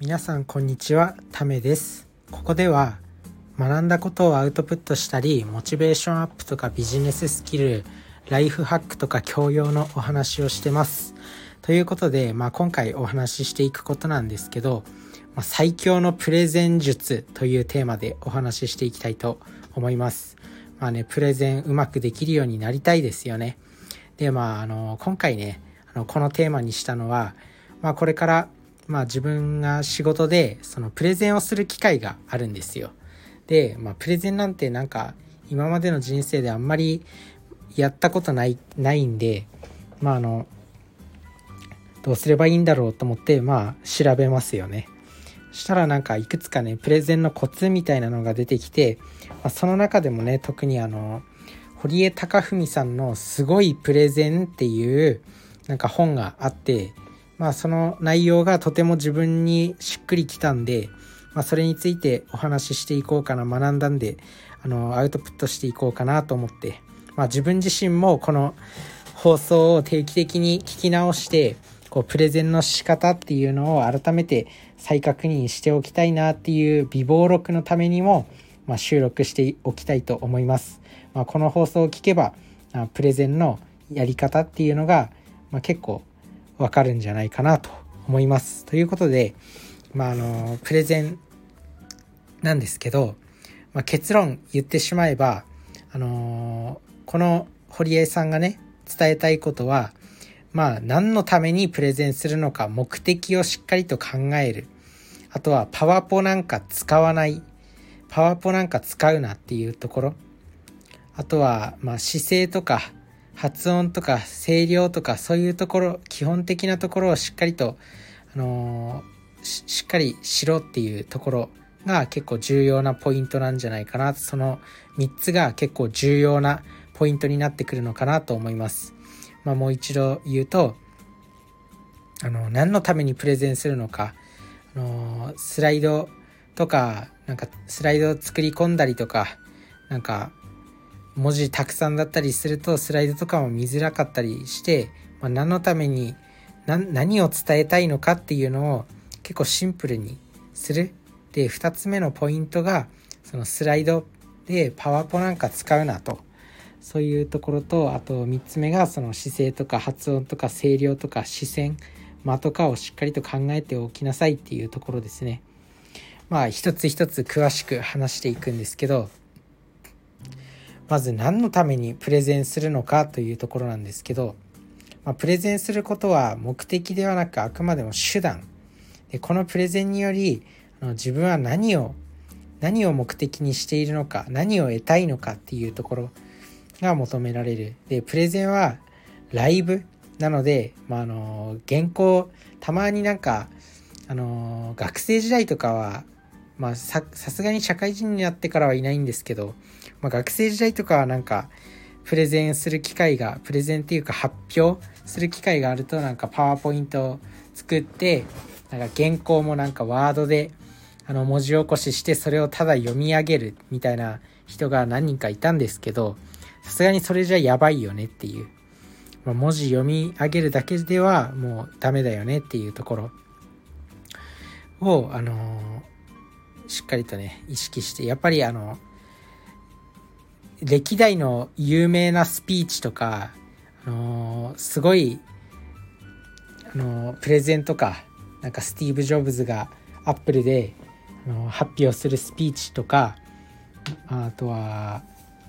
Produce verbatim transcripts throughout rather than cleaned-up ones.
皆さんこんにちは、ためです。ここでは学んだことをアウトプットしたり、モチベーションアップとかビジネススキル、ライフハックとか教養のお話をしてます。ということで、まあ、今回お話ししていくことなんですけど、まあ、最強のプレゼン術というテーマでお話ししていきたいと思います。まあね、プレゼンうまくできるようになりたいですよね。で、まあ、あの今回ね、あのこのテーマにしたのは、まあ、これからまあ自分が仕事でそのプレゼンをする機会があるんですよ。で、まあプレゼンなんてなんか今までの人生であんまりやったことないないんで、まああのどうすればいいんだろうと思ってまあ調べますよね。そしたらなんかいくつかねプレゼンのコツみたいなのが出てきて、まあ、その中でもね特にあの堀江貴文さんのすごいプレゼンっていうなんか本があって。まあその内容がとても自分にしっくりきたんで、まあそれについてお話ししていこうかな、学んだんで、あの、アウトプットしていこうかなと思って、まあ自分自身もこの放送を定期的に聞き直して、こうプレゼンの仕方っていうのを改めて再確認しておきたいなっていう備忘録のためにも、まあ収録しておきたいと思います。まあこの放送を聞けば、プレゼンのやり方っていうのが、まあ結構わかるんじゃないかなと思います。ということで、まああのプレゼンなんですけど、まあ、結論言ってしまえば、あのこの堀江さんがね伝えたいことは、まあ何のためにプレゼンするのか目的をしっかりと考える。あとはパワポなんか使わない。パワポなんか使うなっていうところ。あとはまあ姿勢とか。発音とか声量とかそういうところ基本的なところをしっかりと、あのー、し, しっかりしろっていうところが結構重要なポイントなんじゃないかな。そのみっつが結構重要なポイントになってくるのかなと思います。まあ、もう一度言うと、あの何のためにプレゼンするのか、あのー、スライドとかなんかスライドを作り込んだりとかなんか文字たくさんだったりするとスライドとかも見づらかったりして、まあ、何のために何、何を伝えたいのかっていうのを結構シンプルにする。で、ふたつめのポイントがそのスライドでパワポなんか使うなと。そういうところと、あとみっつめがその姿勢とか発音とか声量とか視線、間とかをしっかりと考えておきなさいっていうところですね。まあ一つ一つ詳しく話していくんですけど、まず何のためにプレゼンするのかというところなんですけど、まあ、プレゼンすることは目的ではなくあくまでも手段で、このプレゼンによりあの自分は何を何を目的にしているのか、何を得たいのかっていうところが求められる。で、プレゼンはライブなので、まあ、あの原稿たまになんかあの学生時代とかはまあ、さ, さすがに社会人になってからはいないんですけど、まあ、学生時代とかはなんかプレゼンする機会がプレゼンっていうか発表する機会があるとなんかパワーポイントを作ってなんか原稿もなんかワードであの文字起こししてそれをただ読み上げるみたいな人が何人かいたんですけど、さすがにそれじゃやばいよねっていう、まあ、文字読み上げるだけではもうダメだよねっていうところをあのーしっかりとね意識して、やっぱりあの歴代の有名なスピーチとか、あのー、すごい、あのー、プレゼンとかなんかスティーブ・ジョブズがアップルで、あのー、発表するスピーチとか、あとは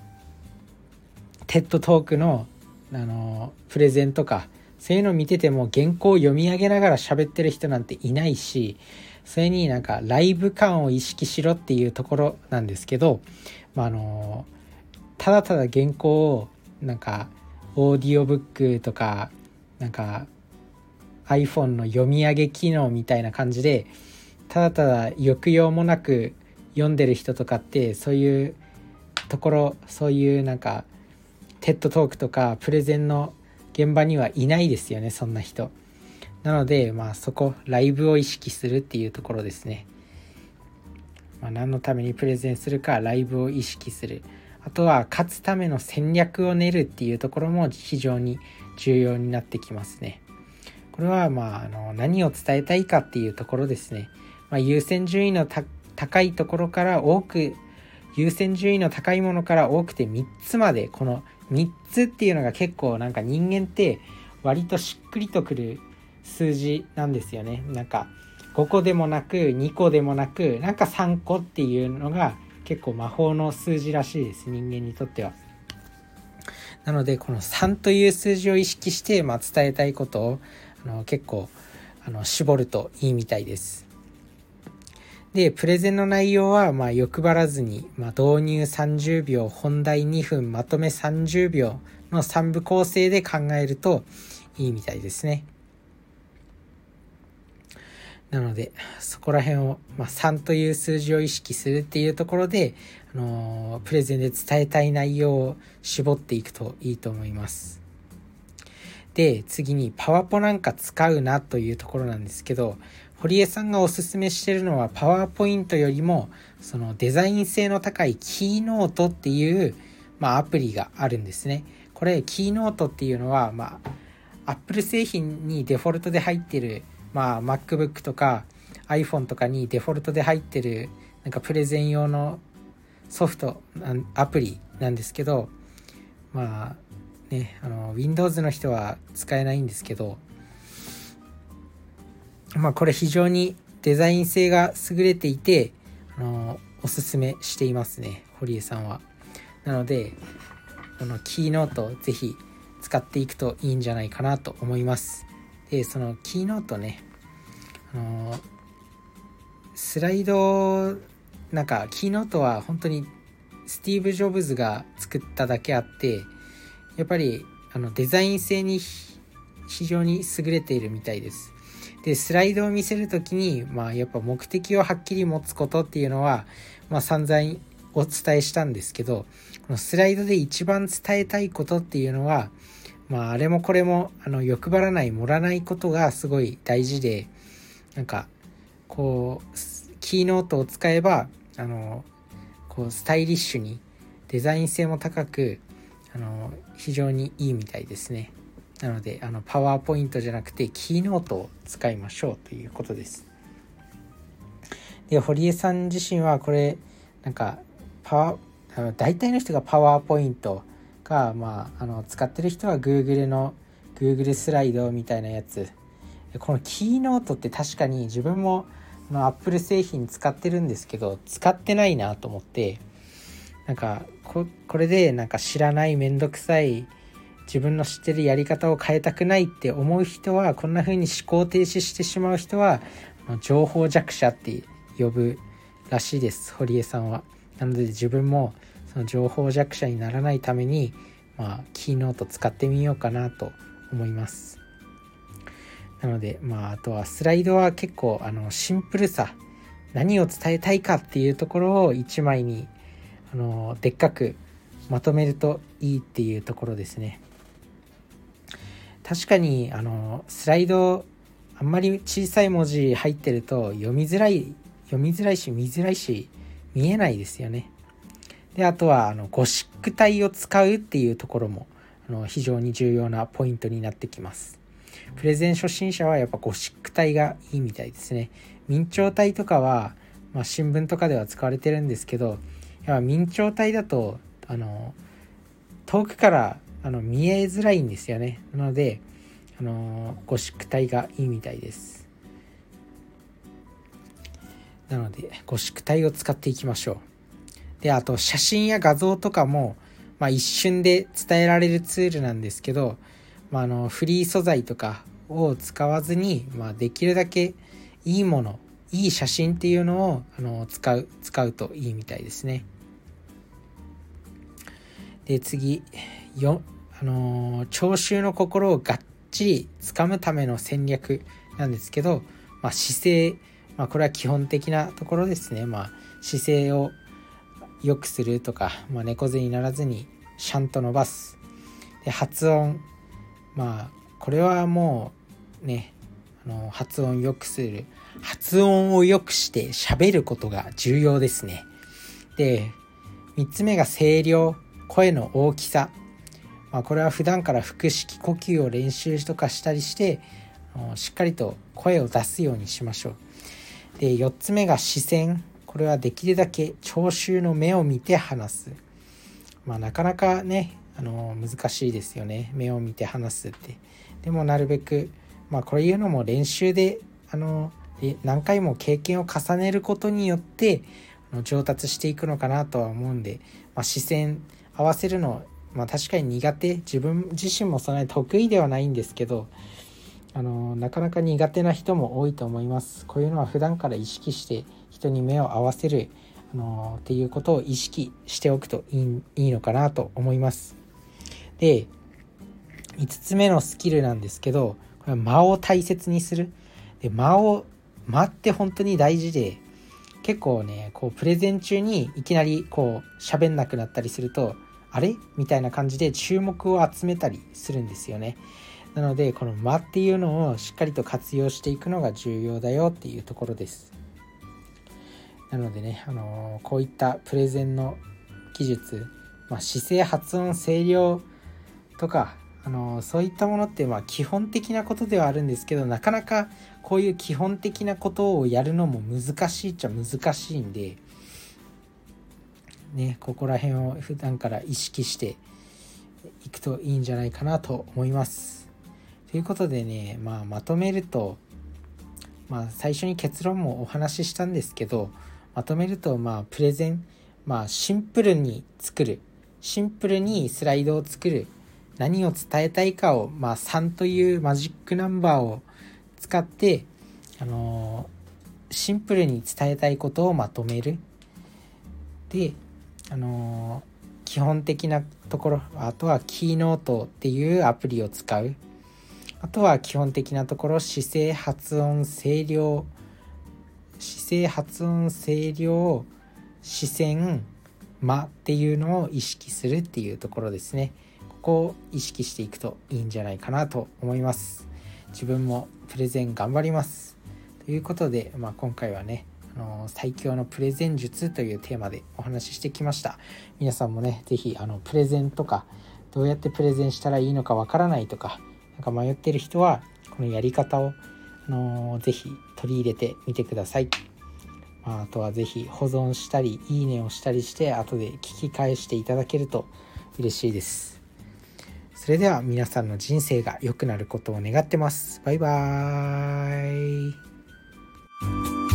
テッドトークの、あのー、プレゼンとかそういうのを見てても原稿を読み上げながら喋ってる人なんていないし、それになんかライブ感を意識しろっていうところなんですけど、まあ、あのただただ原稿をなんかオーディオブックとかなんか iPhone の読み上げ機能みたいな感じでただただ抑揚もなく読んでる人とかってそういうところ、そういうなんかテッドトークとかプレゼンの現場にはいないですよね、そんな人。なので、まあそこ、ライブを意識するっていうところですね。まあ、何のためにプレゼンするか、ライブを意識する。あとは、勝つための戦略を練るっていうところも非常に重要になってきますね。これは、まあ、あの、何を伝えたいかっていうところですね。 まあ、優先順位のた高いところから多く優先順位の高いものから多くてみっつまで、このみっつっていうのが結構なんか人間って割としっくりとくる数字なんですよね。なんかごこでもなくにこでもなく、なんかさんこっていうのが結構魔法の数字らしいです、人間にとっては。なのでこのさんという数字を意識して、まあ、伝えたいことをあの結構あの絞るといいみたいです。でプレゼンの内容はまあ欲張らずに、まあ、導入さんじゅうびょう、本題にふん、まとめさんじゅうびょうのさんぶ構成で考えるといいみたいですね。なのでそこら辺を、まあ、さんという数字を意識するっていうところで、あのー、プレゼンで伝えたい内容を絞っていくといいと思います。で次にパワポなんか使うなというところなんですけど、堀江さんがおすすめしているのはパワーポイントよりもそのデザイン性の高いキーノートっていう、まあ、アプリがあるんですね。これキーノートっていうのは、まあ、Apple 製品にデフォルトで入ってる、まあ、MacBook とか iPhone とかにデフォルトで入ってるなんかプレゼン用のソフトアプリなんですけど、まあね、あの Windows の人は使えないんですけど、まあこれ非常にデザイン性が優れていて、あのおすすめしていますね、堀江さんは。なのでこのキーノートをぜひ使っていくといいんじゃないかなと思います。でそのキーノートね、あのスライドなんかキーノートは本当にスティーブ・ジョブズが作っただけあって、やっぱりあのデザイン性に非常に優れているみたいです。でスライドを見せるときに、まあ、やっぱ目的をはっきり持つことっていうのは、まあ、散々お伝えしたんですけど、このスライドで一番伝えたいことっていうのは、まあ、あれもこれもあの欲張らない盛らないことがすごい大事で、なんかこうキーノートを使えばあのこうスタイリッシュにデザイン性も高くあの非常にいいみたいですね。なのであのパワーポイントじゃなくてキーノートを使いましょうということです。で堀江さん自身はこれなんかパワーあの大体の人がパワーポイントが、まあ、あの使ってる人は Google の Google スライドみたいなやつ、このキーノートって確かに自分もあの Apple 製品使ってるんですけど使ってないなと思って、なんか こ, これでなんか知らないめんどくさい自分の知ってるやり方を変えたくないって思う人は、こんな風に思考停止してしまう人は情報弱者って呼ぶらしいです、堀江さんは。なので自分もその情報弱者にならないために、まあ、キーノート使ってみようかなと思います。なので、まあ、あとはスライドは結構あのシンプルさ、何を伝えたいかっていうところをいちまいにあのでっかくまとめるといいっていうところですね。確かにあのスライドあんまり小さい文字入ってると読みづらい読みづらいし見づらいし見えないですよね。であとはあのゴシック体を使うっていうところもあの非常に重要なポイントになってきます。プレゼン初心者はやっぱゴシック体がいいみたいですね。明朝体とかは、まあ、新聞とかでは使われてるんですけど、やっぱ明朝体だとあの遠くからあの見えづらいんですよね。なのであのゴシック体がいいみたいです。なのでゴシック体を使っていきましょう。であと写真や画像とかも、まあ、一瞬で伝えられるツールなんですけど、まあ、あのフリー素材とかを使わずに、まあ、できるだけいいもの、いい写真っていうのをあの使う使うといいみたいですね。で次よあの聴衆の心をがっちり掴むための戦略なんですけど、まあ、姿勢、まあ、これは基本的なところですね。まあ、姿勢を良くするとか、まあ、猫背にならずにシャンと伸ばす。で発音、まあこれはもうね、あの発音良くする発音を良くして喋ることが重要ですね。でみっつめが声量、声の大きさ、まあ、これは普段から腹式呼吸を練習とかしたりしてしっかりと声を出すようにしましょう。 でよっつめが視線。これはできるだけ聴衆の目を見て話す。まあなかなかねあの難しいですよね、目を見て話すって。でもなるべくまあこういうのも練習であの何回も経験を重ねることによって上達していくのかなとは思うんで、まあ、視線合わせるの、まあ、確かに苦手、自分自身もそんなに得意ではないんですけど、あのなかなか苦手な人も多いと思います。こういうのは普段から意識して人に目を合わせる、あのっていうことを意識しておくといい、いいのかなと思います。でいつつめのスキルなんですけど、これは間を大切にする。で間を間って本当に大事で、結構ねこうプレゼン中にいきなりこう喋んなくなったりすると、あれみたいな感じで注目を集めたりするんですよね。なのでこの間っていうのをしっかりと活用していくのが重要だよっていうところです。なのでね、あのー、こういったプレゼンの技術、まあ、姿勢発音声量とか、あのー、そういったものってまあ基本的なことではあるんですけど、なかなかこういう基本的なことをやるのも難しいっちゃ難しいんでね、ここら辺を普段から意識していくといいんじゃないかなと思います。ということでね、まあ、まとめると、まあ、最初に結論もお話ししたんですけど、まとめると、まあ、プレゼン、まあ、シンプルに作る、シンプルにスライドを作る、何を伝えたいかを、まあ、さんというマジックナンバーを使って、あのー、シンプルに伝えたいことをまとめる。で、あのー、基本的なところ、あとはキーノートっていうアプリを使う。あとは基本的なところ、姿勢発音声量、姿勢発音声量、視線間っていうのを意識するっていうところですね。ここを意識していくといいんじゃないかなと思います。自分もプレゼン頑張ります。ということで、まあ、今回はね、あのー、最強のプレゼン術というテーマでお話ししてきました。皆さんもね、ぜひあのプレゼンとかどうやってプレゼンしたらいいのかわからないとか、なんか迷ってる人はこのやり方を、あのー、ぜひ取り入れてみてください。まあ、あとはぜひ保存したりいいねをしたりして後で聞き返していただけると嬉しいです。それでは皆さんの人生が良くなることを願ってます。バイバーイ。